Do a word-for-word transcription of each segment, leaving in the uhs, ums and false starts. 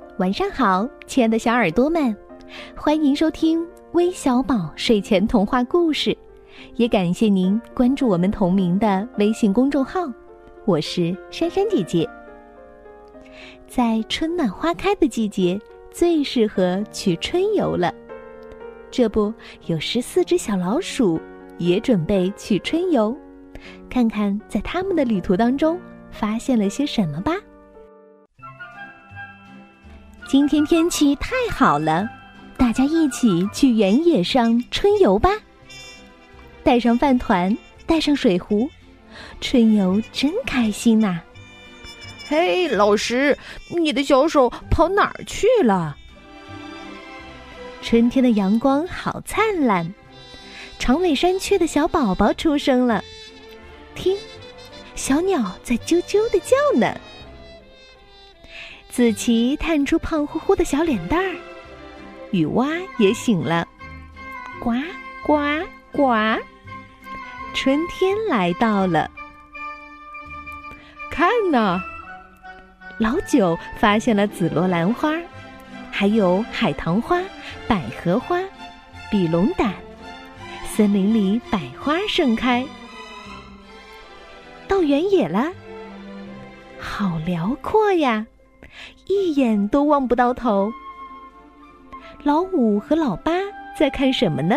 晚上好，亲爱的小耳朵们，欢迎收听微小宝睡前童话故事，也感谢您关注我们同名的微信公众号，我是珊珊姐姐。在春暖花开的季节，最适合去春游了。这不，有十四只小老鼠也准备去春游，看看在他们的旅途当中发现了些什么吧。今天天气太好了，大家一起去原野上春游吧。带上饭团，带上水壶，春游真开心呐、啊！ 嘿，老师，你的小手跑哪儿去了？ 春天的阳光好灿烂，长尾山雀的小宝宝出生了。听，小鸟在啾啾地叫呢。子琪探出胖乎乎的小脸蛋儿，雨蛙也醒了，呱呱呱，春天来到了。 看哪， 老九发现了紫罗兰花，还有海棠花、百合花、比龙胆，森林里百花盛开。到原野了，好辽阔呀，一眼都望不到头。老五和老八在看什么呢？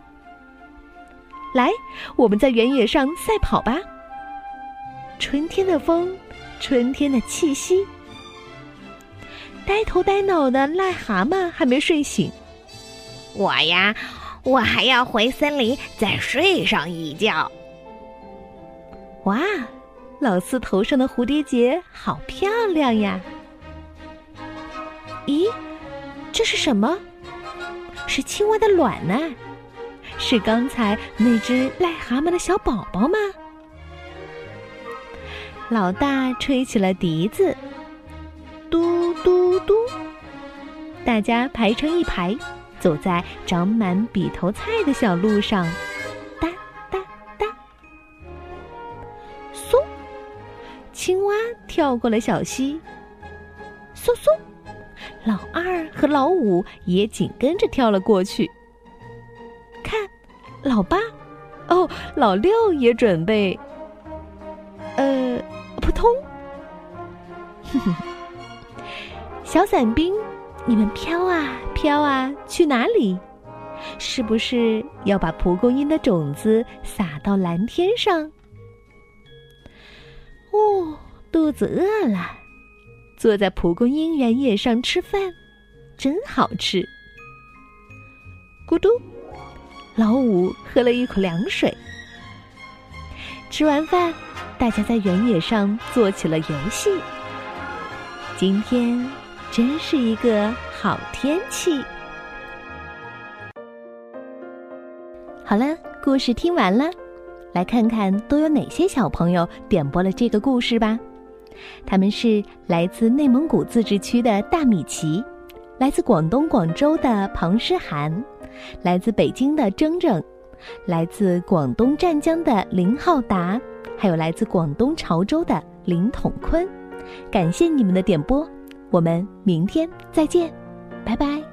来，我们在原野上赛跑吧。春天的风，春天的气息。呆头呆脑的癞蛤蟆还没睡醒。 我呀，我还要回森林再睡上一觉。 哇，老四头上的蝴蝶结好漂亮呀！咦，这是什么？是青蛙的卵呢？是刚才那只癞蛤蟆的小宝宝吗？老大吹起了笛子，嘟嘟嘟，大家排成一排，走在长满笔头菜的小路上，哒哒哒。嗖，青蛙跳过了小溪，嗖嗖，老二和老五也紧跟着跳了过去。看，老八，哦，老六也准备，呃，扑通！哼哼，小伞兵，你们飘啊飘啊，去哪里？是不是要把蒲公英的种子撒到蓝天上？哦，肚子饿了，坐在蒲公英原野上吃饭，真好吃。咕嘟，老五喝了一口凉水。吃完饭，大家在原野上做起了游戏。今天真是一个好天气。好了，故事听完了，来看看都有哪些小朋友点播了这个故事吧。他们是来自内蒙古自治区的大米奇，来自广东广州的庞诗涵，来自北京的铮铮，来自广东湛江的林浩达，还有来自广东潮州的林统坤。感谢你们的点播，我们明天再见，拜拜。